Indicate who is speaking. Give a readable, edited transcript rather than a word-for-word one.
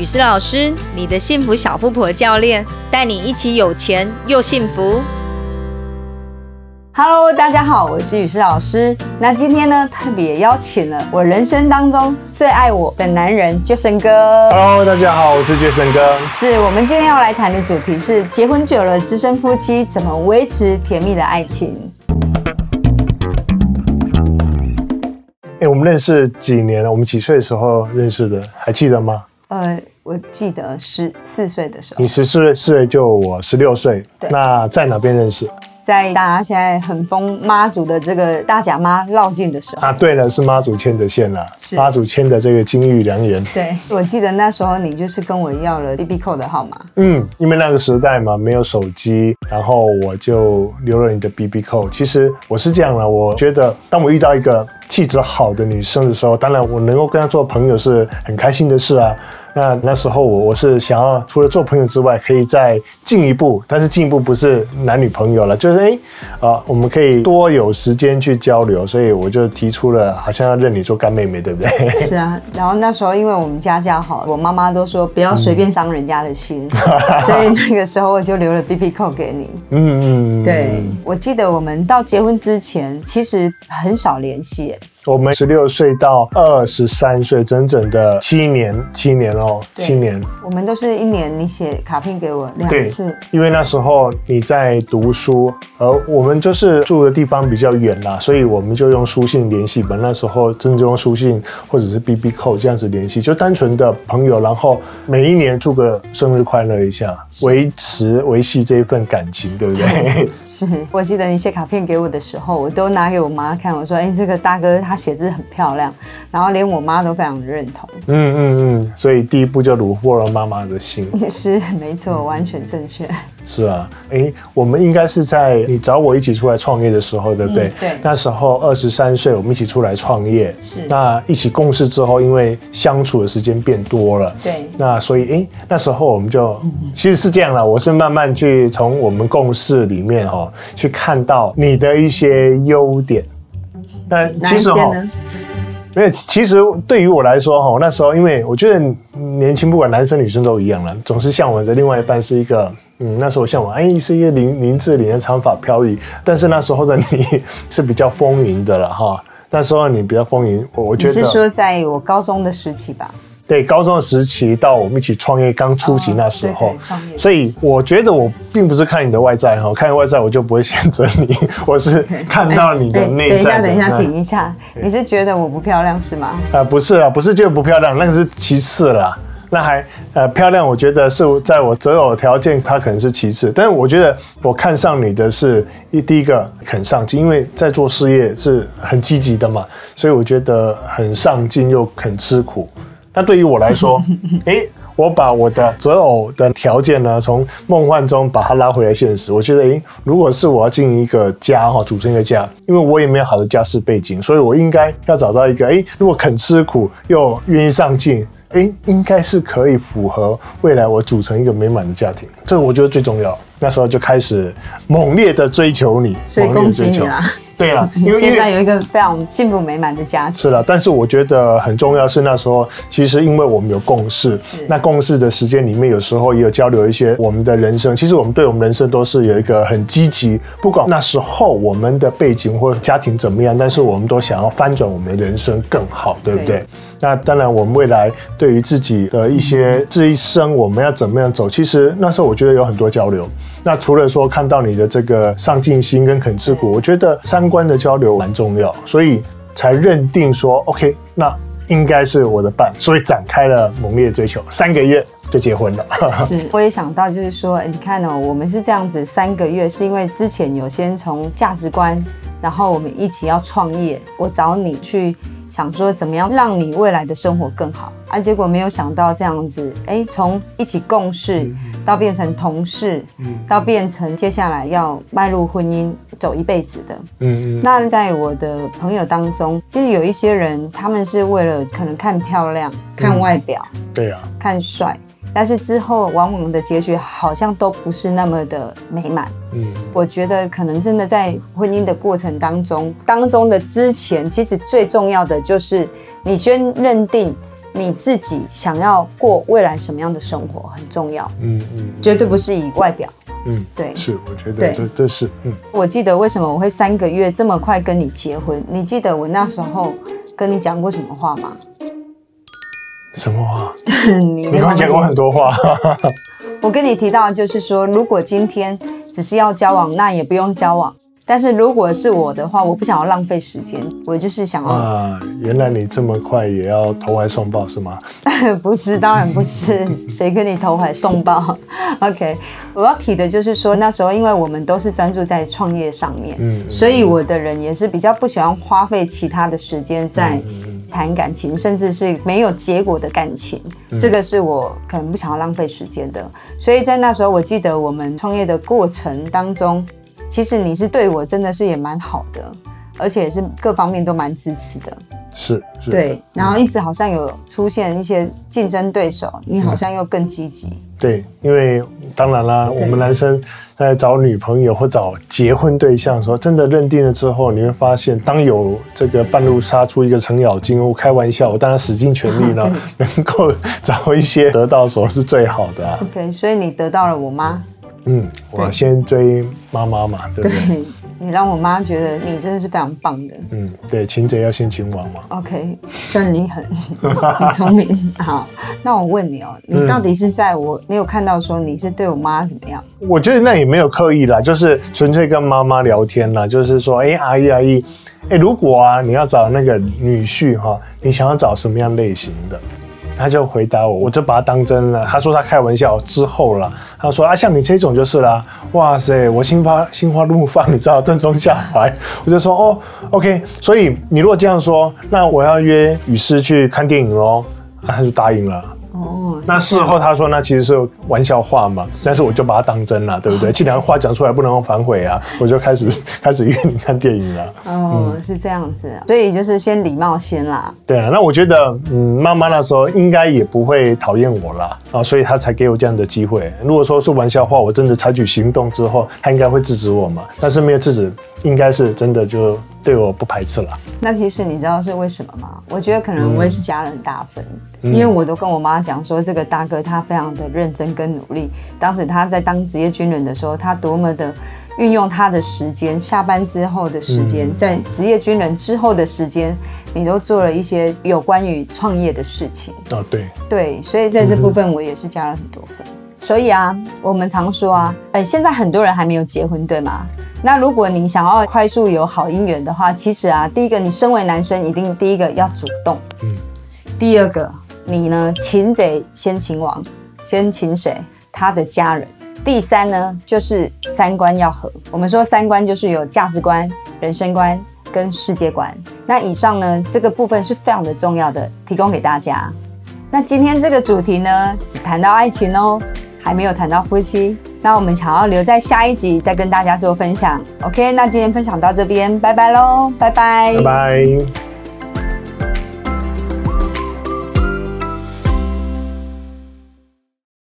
Speaker 1: 雨诗老师，你的幸福小富婆教练，带你一起有钱又幸福。
Speaker 2: Hello， 大家好，我是雨诗老师。那今天呢，特别邀请了我人生当中最爱我的男人Jason哥。
Speaker 3: Hello， 大家好，我是Jason哥。
Speaker 2: 是我们今天要来谈的主题是结婚久了，资深夫妻怎么维持甜蜜的爱情。
Speaker 3: 我们认识几年了？我们几岁的时候认识的？还记得吗？
Speaker 2: 我记得14岁的时候。
Speaker 3: 你14岁就我16岁。
Speaker 2: 对。
Speaker 3: 那在哪边认识？
Speaker 2: 在大家现在很疯妈祖的这个大甲妈绕境的时候
Speaker 3: 啊，对了，是妈祖牵的线啦，妈祖牵的这个金玉良缘。
Speaker 2: 对，我记得那时候你就是跟我要了 BB Call 的号码。
Speaker 3: 因为那个时代嘛，没有手机，然后我就留了你的 BB Call。其实我是这样啦，我觉得当我遇到一个气质好的女生的时候，当然我能够跟她做朋友是很开心的事啊。那时候我是想要除了做朋友之外，可以再进一步，但是进一步不是男女朋友了，就是我们可以多有时间去交流，所以我就提出了好像要认你做干妹妹，对不对？
Speaker 2: 是啊，然后那时候因为我们家教好，我妈妈都说不要随便伤人家的心，所以那个时候我就留了 BB Call 给你。对，我记得我们到结婚之前其实很少联系。
Speaker 3: 我们16岁到23岁，整整的7年哦，7年。我
Speaker 2: 们都是1年，你写卡片给我2次。
Speaker 3: 对，因为那时候你在读书，我们就是住的地方比较远啦，所以我们就用书信联系吧。那时候真的就用书信或者是 BB Call 这样子联系，就单纯的朋友，然后每一年祝个生日快乐一下，维系这一份感情，对不对？
Speaker 2: 是，我记得你写卡片给我的时候，我都拿给我妈看，我说，这个大哥他写字很漂亮，然后连我妈都非常认同。
Speaker 3: 所以第一步就虏获了妈妈的心。
Speaker 2: 是，没错，完全正确。
Speaker 3: 是啊，我们应该是在你找我一起出来创业的时候，对不对？
Speaker 2: 对。
Speaker 3: 那时候23岁，我们一起出来创业。
Speaker 2: 是。
Speaker 3: 那一起共事之后，因为相处的时间变多了。
Speaker 2: 对。
Speaker 3: 那所以，那时候我们就其实是这样啦，我是慢慢去从我们共事里面去看到你的一些优点。那其实没有，其实对于我来说那时候因为我觉得年轻不管男生女生都一样了，总是向往着另外一半是一个那时候我向往是一个林志玲的长发飘逸，但是那时候的你是比较丰盈的了那时候你比较丰盈，我觉得
Speaker 2: 你是说在我高中的时期吧？
Speaker 3: 对，高中的时期到我们一起创业刚初期那时候，
Speaker 2: 对，
Speaker 3: 所以我觉得我并不是看你的外在看外在我就不会选择你，我是看到你的内在的。
Speaker 2: 等一下，停一下，你是觉得我不漂亮是吗？
Speaker 3: 不是啊，不是觉得不漂亮，那个是其次啦。那还漂亮，我觉得是在我择偶条件，它可能是其次。但是我觉得我看上你的是第一个肯上进，因为在做事业是很积极的嘛，所以我觉得很上进又肯吃苦。那对于我来说，我把我的择偶的条件呢，从梦幻中把它拉回来现实。我觉得，如果是我要经营一个家组成一个家，因为我也没有好的家世背景，所以我应该要找到一个，如果肯吃苦又愿意上进，应该是可以符合未来我组成一个美满的家庭。这个我觉得最重要。那时候就开始猛烈的追求你，
Speaker 2: 所以恭喜你啦。
Speaker 3: 对了，
Speaker 2: 因为现在有一个非常幸福美满的家庭。
Speaker 3: 是了，但是我觉得很重要是那时候，其实因为我们有共识，那共识的时间里面，有时候也有交流一些我们的人生。其实我们对我们人生都是有一个很积极，不管那时候我们的背景或家庭怎么样，但是我们都想要翻转我们的人生更好，对不对？那当然，我们未来对于自己的这一生我们要怎么样走，其实那时候我觉得有很多交流。那除了说看到你的这个上进心跟肯吃苦，我觉得三观的交流蛮重要，所以才认定说 OK， 那应该是我的伴，所以展开了猛烈追求，3个月就结婚了。
Speaker 2: 是，我也想到就是说，你看我们是这样子3个月，是因为之前有先从价值观，然后我们一起要创业，我找你去想说怎么样让你未来的生活更好结果没有想到这样子，从一起共事到变成同事，到变成接下来要迈入婚姻走一辈子的。那在我的朋友当中，其实有一些人他们是为了可能看漂亮、看外表，
Speaker 3: 对啊，
Speaker 2: 看帅，但是之后往往的结局好像都不是那么的美满。我觉得可能真的在婚姻的过程当中的之前，其实最重要的就是你先认定你自己想要过未来什么样的生活很重要，绝对不是以外表。
Speaker 3: 对，是，我觉得这是，
Speaker 2: 我记得为什么我会3个月这么快跟你结婚？你记得我那时候跟你讲过什么话吗？
Speaker 3: 什么话？
Speaker 2: 你
Speaker 3: 跟我讲过很多话。
Speaker 2: 我跟你提到的就是说，如果今天只是要交往，那也不用交往。但是如果是我的话，我不想要浪费时间，我就是想要
Speaker 3: 原来你这么快也要投怀送抱是吗？
Speaker 2: 不是，当然不是，谁跟你投怀送抱？OK， 我要提的就是说，那时候因为我们都是专注在创业上面，所以我的人也是比较不喜欢花费其他的时间在谈感情，甚至是没有结果的感情，这个是我可能不想要浪费时间的。所以在那时候，我记得我们创业的过程当中，其实你是对我真的是也蛮好的，而且也是各方面都蛮支持的。
Speaker 3: 是，
Speaker 2: 对，然后一直好像有出现一些竞争对手，你好像又更积极。
Speaker 3: 对，因为当然啦，我们男生在找女朋友或找结婚对象的时候，真的认定了之后，你会发现，当有这个半路杀出一个程咬金，我开玩笑，我当然使尽全力呢，能够找一些得到手是最好的啊。
Speaker 2: OK， 所以你得到了我妈。
Speaker 3: 我先追妈妈嘛，对不对？
Speaker 2: 对，你让我妈觉得你真的是非常棒的。
Speaker 3: 对，擒贼要先擒王嘛。
Speaker 2: OK， 算你很聪明。好，那我问你哦，你到底是在你有看到说你是对我妈怎么样？
Speaker 3: 我觉得那也没有刻意啦，就是纯粹跟妈妈聊天啦，就是说，阿姨，如果你要找那个女婿哈，你想要找什么样类型的？他就回答我，我就把他当真了。他说他开玩笑之后啦，他说像你这种就是啦，哇塞，我心花怒放，你知道，正中下怀。我就说OK， 所以你如果这样说，那我要约雨师去看电影咯，他就答应了。那事后他说那其实是玩笑话嘛，但是我就把它当真了，对不对？既然话讲出来不能反悔啊，我就开始约你看电影了。
Speaker 2: 是这样子，所以就是先礼貌先啦。
Speaker 3: 对啊，那我觉得妈妈那时候应该也不会讨厌我啦，所以她才给我这样的机会。如果说是玩笑话，我真的采取行动之后，她应该会制止我嘛，但是没有制止，应该是真的就对我不排斥了。
Speaker 2: 那其实你知道是为什么吗？我觉得可能我也是加了很大分，因为我都跟我妈讲说，这个大哥他非常的认真跟努力。当时他在当职业军人的时候，他多么的运用他的时间，下班之后的时间，在职业军人之后的时间，你都做了一些有关于创业的事情。对，所以在这部分我也是加了很多分。所以我们常说现在很多人还没有结婚，对吗？那如果你想要快速有好姻缘的话，其实第一个，你身为男生，一定第一个要主动。第二个，你呢，擒贼先擒王，先擒谁？他的家人。第三呢，就是三观要合。我们说三观就是有价值观、人生观跟世界观。那以上呢，这个部分是非常的重要的，提供给大家。那今天这个主题呢，只谈到爱情哦，还没有谈到夫妻。那我们想要留在下一集再跟大家做分享。OK， 那今天分享到这边，拜拜喽，拜拜，
Speaker 3: 拜拜。